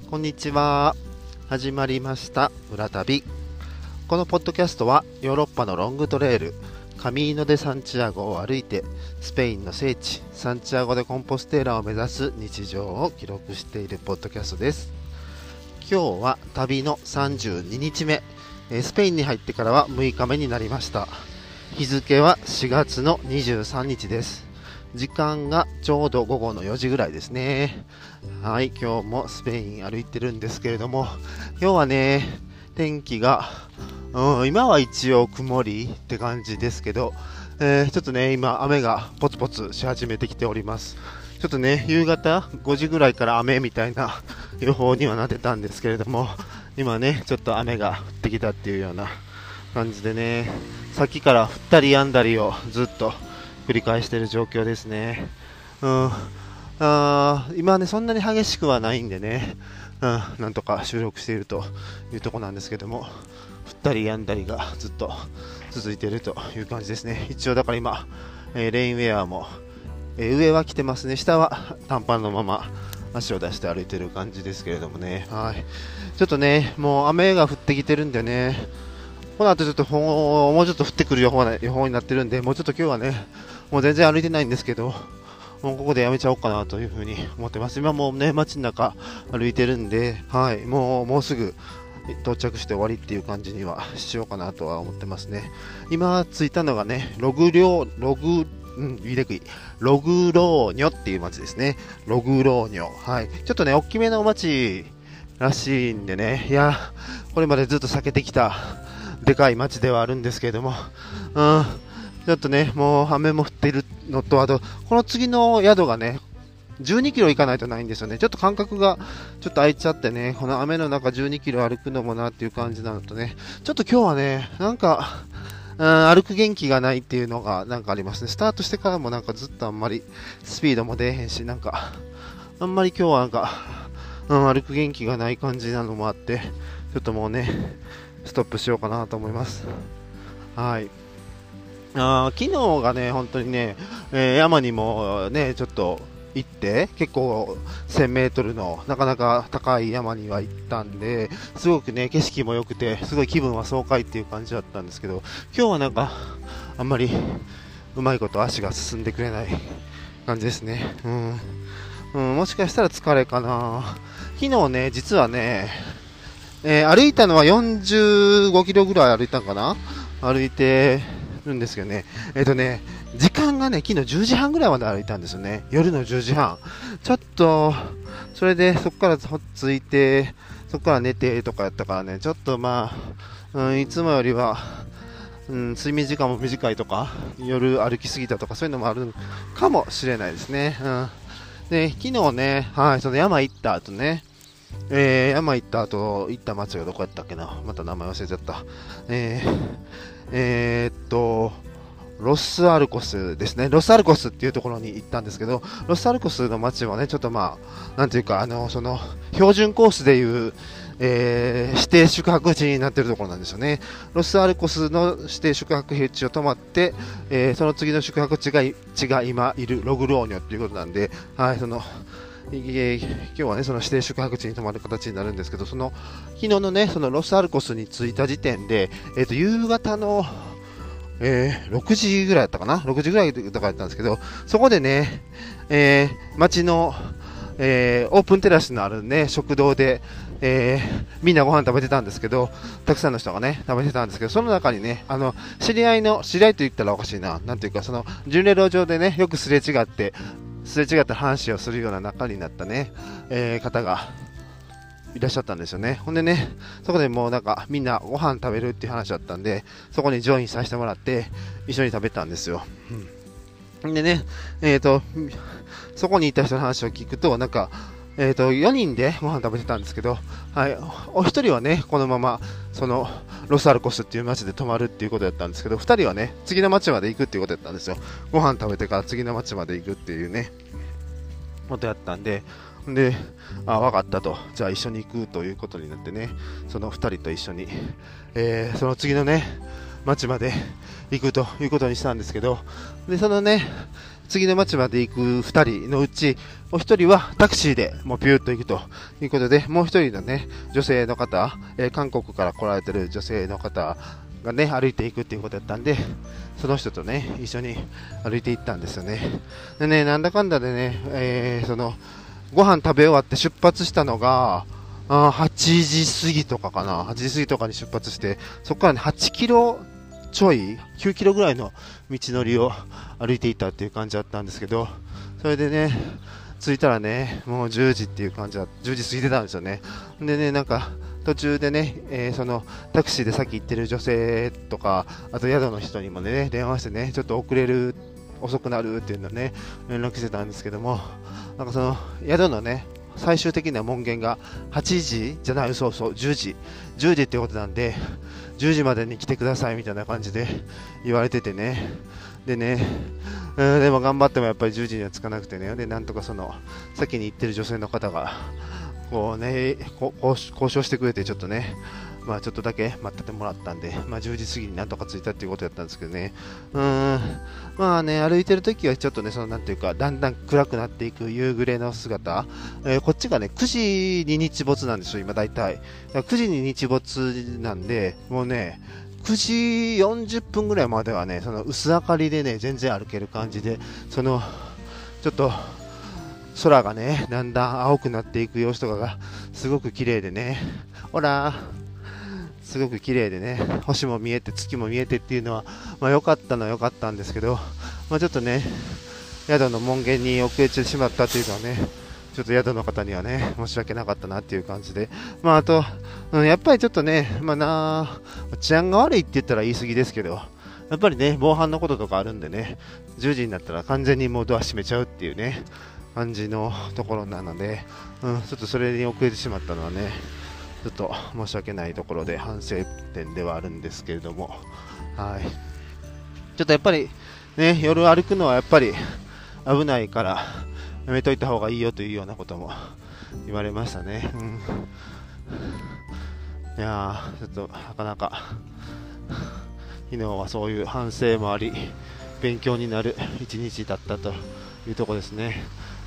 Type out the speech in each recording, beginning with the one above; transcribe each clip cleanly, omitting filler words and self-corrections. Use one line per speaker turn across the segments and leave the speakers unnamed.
こんにちは。始まりました村旅。このポッドキャストはヨーロッパのロングトレイルカミーノ・デ・サンチアゴを歩いてスペインの聖地サンチアゴ・デ・コンポステーラを目指す日常を記録しているポッドキャストです。今日は旅の32日目、スペインに入ってからは6日目になりました。日付は4月の23日です。時間がちょうど午後の4時ぐらいですね。はい、今日もスペイン歩いてるんですけれども、今日はね、天気が、今は一応曇りって感じですけど、ちょっとね、今雨がポツポツし始めてきております。ちょっとね、夕方5時ぐらいから雨みたいな予報にはなってたんですけれども、今ね、ちょっと雨が降ってきたっていうような感じでね、さっきから降ったり止んだりをずっと繰り返している状況ですね。今ね、そんなに激しくはないんでね、なんとか収録しているというところなんですけども、降ったり止んだりがずっと続いているという感じですね。一応だから今、レインウェアも、上は着てますね。下は短パンのまま足を出して歩いている感じですけれどもね。はい。ちょっとね、もう雨が降ってきてるんでね、この後ちょっともうちょっと降ってくる予報になってるんで、もうちょっと今日はね、もう全然歩いてないんですけど、もうここでやめちゃおうかなというふうに思ってます。今もうね、街の中歩いてるんで、はい、もうすぐ到着して終わりっていう感じにはしようかなとは思ってますね。今着いたのがね、ログローニョっていう街ですね。ログローニョ。はい。ちょっとね、大きめの街らしいんでね、いや、これまでずっと避けてきたでかい街ではあるんですけれども、ちょっとね、もう雨も降っているのと、あと、この次の宿がね、12キロ行かないとないんですよね。ちょっと間隔がちょっと空いちゃってね、この雨の中12キロ歩くのもなっていう感じなのとね、ちょっと今日はね、なんか、歩く元気がないっていうのがなんかありますね。スタートしてからもなんかずっとあんまりスピードも出えへんし、なんか、あんまり今日はなんか、歩く元気がない感じなのもあって、ちょっともうね、ストップしようかなと思います。はい。昨日がね、本当にね、山にもね、ちょっと行って、結構1000メートルのなかなか高い山には行ったんで、すごくね、景色も良くて、すごい気分は爽快っていう感じだったんですけど、今日はなんか、あんまりうまいこと足が進んでくれない感じですね。もしかしたら疲れかな。昨日ね、実はね、歩いたのは45キロぐらい歩いたんかな、歩いてるんですけどね。時間がね、昨日10時半ぐらいまで歩いたんですよね。夜の10時半。ちょっと、それでそこからほっついて、そこから寝てとかやったからね、ちょっとまあ、いつもよりは、睡眠時間も短いとか、夜歩きすぎたとか、そういうのもあるかもしれないですね。で、昨日ね、はい、その山行った後ね、山行った後、行った街がどこやったっけな、また名前忘れちゃった。ロスアルコスですね。ロスアルコスっていうところに行ったんですけど、ロスアルコスの街はね、ちょっとまあ、なんていうか、その、標準コースでいう、指定宿泊地になっているところなんですよね。ロスアルコスの指定宿泊地を泊まって、その次の宿泊地が今いるログローニョっていうことなんで、はい、その、今日はね、その指定宿泊地に泊まる形になるんですけど、その、昨日のね、そのロスアルコスに着いた時点で、夕方の、6時ぐらいだったかな ?6 時ぐらいとかやったんですけど、そこでね、街の、オープンテラスのあるね、食堂で、みんなご飯食べてたんですけど、たくさんの人がね、食べてたんですけど、その中にね、知り合いと言ったらおかしいな、なんていうか、その、巡礼路上でね、よくすれ違った話をするような仲になったね、方がいらっしゃったんですよね。ほんでね、そこでもうなんかみんなご飯食べるっていう話だったんで、そこにジョインさせてもらって一緒に食べたんですよ。でね、そこにいた人の話を聞くと、なんか、4人でご飯食べてたんですけど、はい、お一人はね、このまま、その、ロスアルコスっていう街で泊まるっていうことだったんですけど、2人はね、次の街まで行くっていうことだったんですよ。ご飯食べてから次の街まで行くっていうね、ことやったんで、分かったと。じゃあ一緒に行くということになってね、その2人と一緒に、その次のね、町まで行くということにしたんですけど、で、そのね、 次の町まで行く2人のうち、お一人はタクシーでもうピューッと行くということで、もう一人のね、女性の方、韓国から来られてる女性の方がね、歩いていくっていうことだったんで、その人とね、一緒に歩いていったんですよね。でね、なんだかんだでね、ご飯食べ終わって出発したのが、8時過ぎとかかな、8時過ぎとかに出発して、そこからね、8キロちょい、9キロぐらいの道のりを歩いていたっていう感じだったんですけど、それでね、着いたらね、もう10時っていう感じだ、10時過ぎてたんですよね。でね、なんか、途中でね、そのタクシーで先行ってる女性とか、あと宿の人にもね、電話してね、ちょっと遅くなるっていうのをね、連絡してたんですけども、なんかその宿のね、最終的な門限が8時じゃない、そうそう、10時ってことなんで、10時までに来てくださいみたいな感じで言われててね、でね、でも頑張ってもやっぱり10時には着かなくてね、でなんとかその先に行ってる女性の方がこうね、交渉してくれて、ちょっとね、まあちょっとだけ待っててもらったんで、まあ10時過ぎになんとか着いたっていうことだったんですけどね、まあね、歩いてる時はちょっとね、そのなんていうか、だんだん暗くなっていく夕暮れの姿、こっちがね、9時に日没なんですよ、今大体。だから9時に日没なんで、もうね、9時40分ぐらいまではね、その薄明かりでね、全然歩ける感じで、その、ちょっと、空がね、だんだん青くなっていく様子とかが、すごく綺麗でね、ほら、すごく綺麗でね、星も見えて、月も見えてっていうのは、まあ良かったのは良かったんですけど、まあちょっとね、宿の門限に遅れてしまったっていうのはね、ちょっと宿の方にはね、申し訳なかったなっていう感じで、まああと、やっぱりちょっとね、治安が悪いって言ったら言い過ぎですけど、やっぱりね、防犯のこととかあるんでね、10時になったら完全にもうドア閉めちゃうっていうね、感じのところなので、ちょっとそれに遅れてしまったのはね、ちょっと申し訳ないところで反省点ではあるんですけれども、はい。ちょっとやっぱりね、夜歩くのはやっぱり危ないからやめといた方がいいよというようなことも言われましたね。いやー、ちょっとなかなか昨日はそういう反省もあり、勉強になる一日だったというところですね。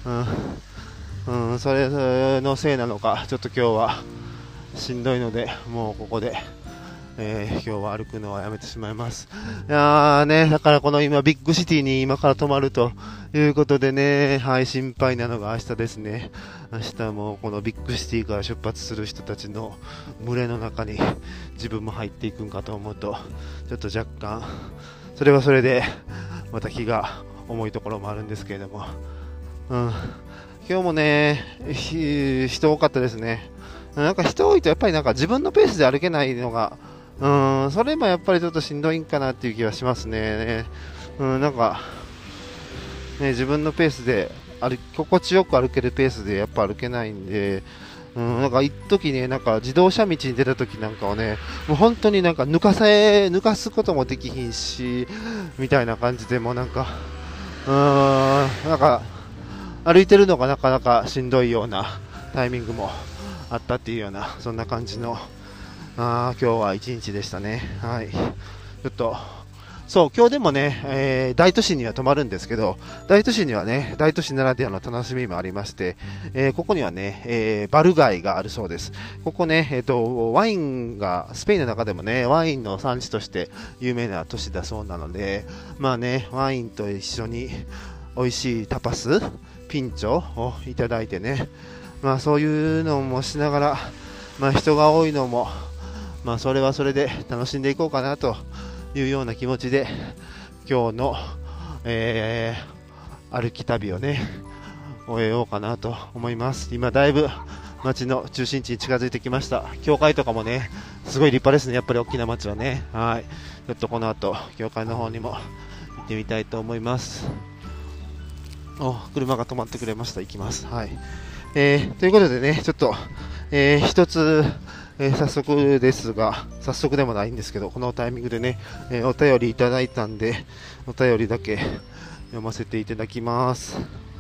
それのせいなのか、ちょっと今日はしんどいので、もうここで、今日は歩くのはやめてしまいます。いやーね、だからこの今ビッグシティに今から泊まるということでね、はい、心配なのが明日ですね。明日もこのビッグシティから出発する人たちの群れの中に自分も入っていくんかと思うと、ちょっと若干、それはそれでまた気が重いところもあるんですけれども、今日もね、人多かったですね。なんか人多いとやっぱりなんか自分のペースで歩けないのが、それもやっぱりちょっとしんどいんかなっていう気がしますね。なんか、ね、自分のペースで心地よく歩けるペースでやっぱ歩けないんで、なんか一時ね、なんか自動車道に出た時なんかはね、もう本当になんか抜かすこともできひんし、みたいな感じでもうなんか、なんか歩いてるのがなかなかしんどいようなタイミングもあったっていうような、そんな感じの今日は一日でしたね。はい。ちょっと、そう、今日でもね、大都市には泊まるんですけど、大都市にはね、大都市ならではの楽しみもありまして、ここにはね、バル街があるそうです。ここね、ワインが、スペインの中でもね、ワインの産地として有名な都市だそうなので、まあね、ワインと一緒に美味しいタパス、ピンチョをいただいてね、まあそういうのもしながら、まあ人が多いのも、まあそれはそれで楽しんでいこうかなというような気持ちで、今日の、歩き旅をね、終えようかなと思います。今だいぶ街の中心地に近づいてきました。教会とかもね、すごい立派ですね。やっぱり大きな街はね。はい。ちょっとこの後、教会の方にも行ってみたいと思います。車が止まってくれました。行きます。はい。ということでね、ちょっと、一つ、早速ですが、早速でもないんですけど、このタイミングでね、お便りいただいたんで、お便りだけ読ませていただきます。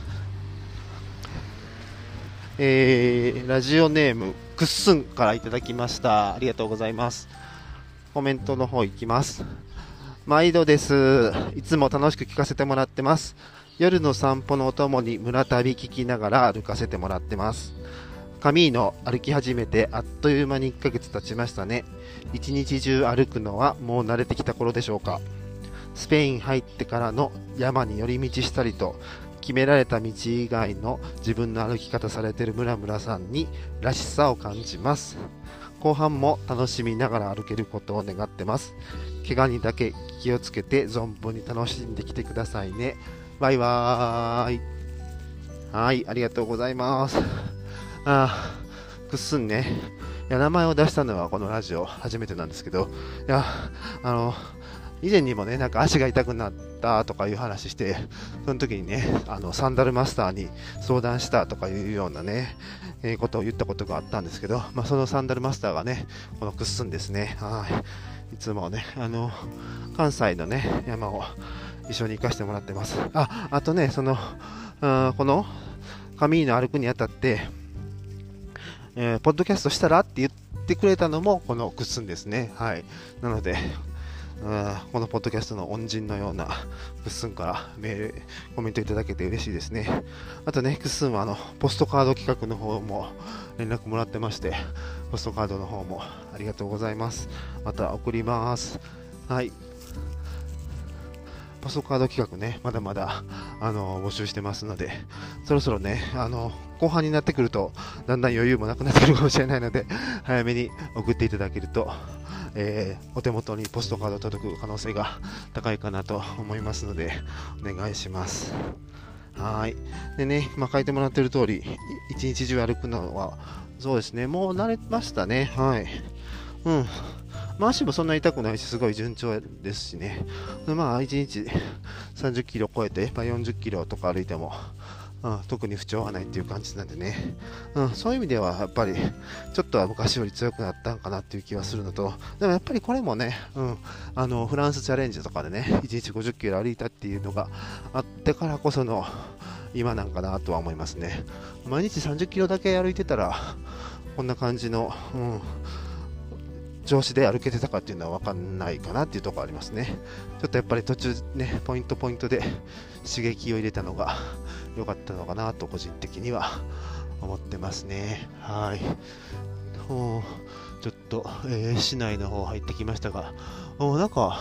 ラジオネームくっすんからいただきました。ありがとうございます。コメントの方いきます。毎度です。いつも楽しく聞かせてもらってます。 夜の散歩のお供に村旅聞きながら歩かせてもらってます。カミーノ歩き始めてあっという間に1ヶ月経ちましたね。一日中歩くのはもう慣れてきた頃でしょうか。スペイン入ってからの山に寄り道したりと、決められた道以外の自分の歩き方されている村村さんにらしさを感じます。後半も楽しみながら歩けることを願ってます。怪我にだけ気をつけて存分に楽しんできてくださいね。バイバーイ。はい、ありがとうございます。くっすんね。いや、名前を出したのはこのラジオ初めてなんですけど、いや、以前にもね、なんか足が痛くなったとかいう話して、その時にね、サンダルマスターに相談したとかいうようなね、ことを言ったことがあったんですけど、そのサンダルマスターがね、このクッスンですね。いつもね、関西のね、山を一緒に行かせてもらってます。あとね、このカミーノ歩くにあたって、ポッドキャストしたらって言ってくれたのもこのクッスンですね。はい。なので、このポッドキャストの恩人のようなクッスンからメール、コメントいただけて嬉しいですね。あとね、クッスンはポストカード企画の方も連絡もらってまして、ポストカードの方もありがとうございます。また送ります。はい。ポストカード企画ね、まだまだ募集してますので、そろそろね、後半になってくると、だんだん余裕もなくなってくるかもしれないので、早めに送っていただけると、お手元にポストカード届く可能性が高いかなと思いますので、お願いします。はい。でね、書いてもらってる通り、一日中歩くのは、そうですね、もう慣れましたね。はい。うん。足もそんな痛くないし、すごい順調ですしね。1日30キロ超えて、40キロとか歩いても、特に不調はないっていう感じなんでね、そういう意味ではやっぱりちょっとは昔より強くなったんかなっていう気はするのと、でもやっぱりこれもね、フランスチャレンジとかでね、1日50キロ歩いたっていうのがあってからこその今なんかなとは思いますね。毎日30キロだけ歩いてたら、こんな感じの、調子で歩けてたかっていうのは分かんないかなっていうところありますね。ちょっとやっぱり途中ね、ポイントで刺激を入れたのが良かったのかなと個人的には思ってますね。はい。ちょっと、市内の方入ってきましたが、なんか、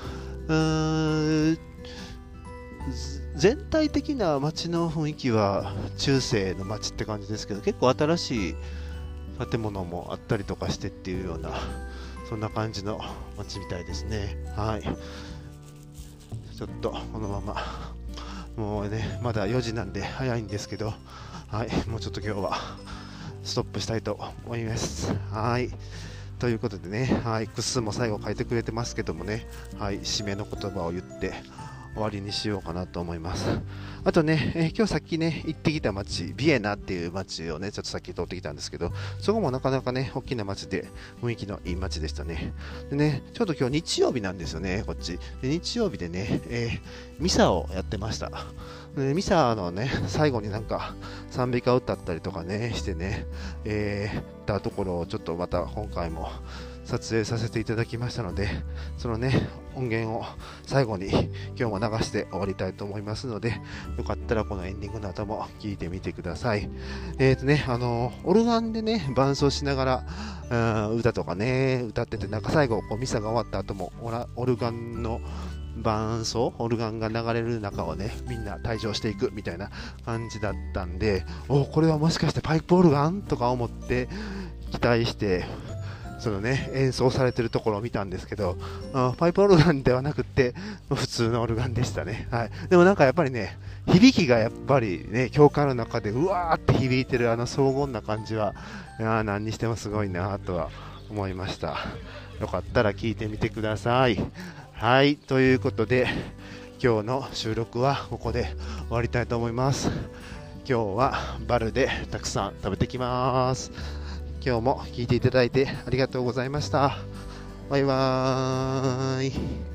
全体的な街の雰囲気は中世の街って感じですけど、結構新しい建物もあったりとかしてっていうような、そんな感じの街みたいですね。はい。ちょっとこのまま、もうね、まだ4時なんで早いんですけど、はい、もうちょっと今日はストップしたいと思います。はい。ということでね、はい、クッスンも最後書いてくれてますけどもね、はい、締めの言葉を言って終わりにしようかなと思います。あとね、今日さっきね、行ってきた街、ビエナっていう街をね、ちょっとさっき通ってきたんですけど、そこもなかなかね、大きな街で雰囲気のいい街でしたね。でね、ちょっと今日日曜日なんですよね、こっち。で日曜日でね、ミサをやってました。でミサのね、最後になんか賛美歌を歌ったりとかね、してね、たところをちょっとまた今回も撮影させていただきましたので、そのね、音源を最後に今日も流して終わりたいと思いますので、よかったらこのエンディングの後も聴いてみてください。オルガンでね、伴奏しながら、歌とかね、歌ってて、なんか最後、ミサが終わった後も、オルガンの伴奏、オルガンが流れる中をね、みんな退場していくみたいな感じだったんで、これはもしかしてパイプオルガンとか思って期待して、そのね、演奏されてるところを見たんですけど、パイプオルガンではなくて普通のオルガンでしたね。はい。でもなんかやっぱりね、響きがやっぱりね、教会の中でうわーって響いてる荘厳な感じは、何にしてもすごいなとは思いました。よかったら聞いてみてください。はい、ということで今日の収録はここで終わりたいと思います。今日はバルでたくさん食べてきます。今日も聞いていただいてありがとうございました。バイバーイ。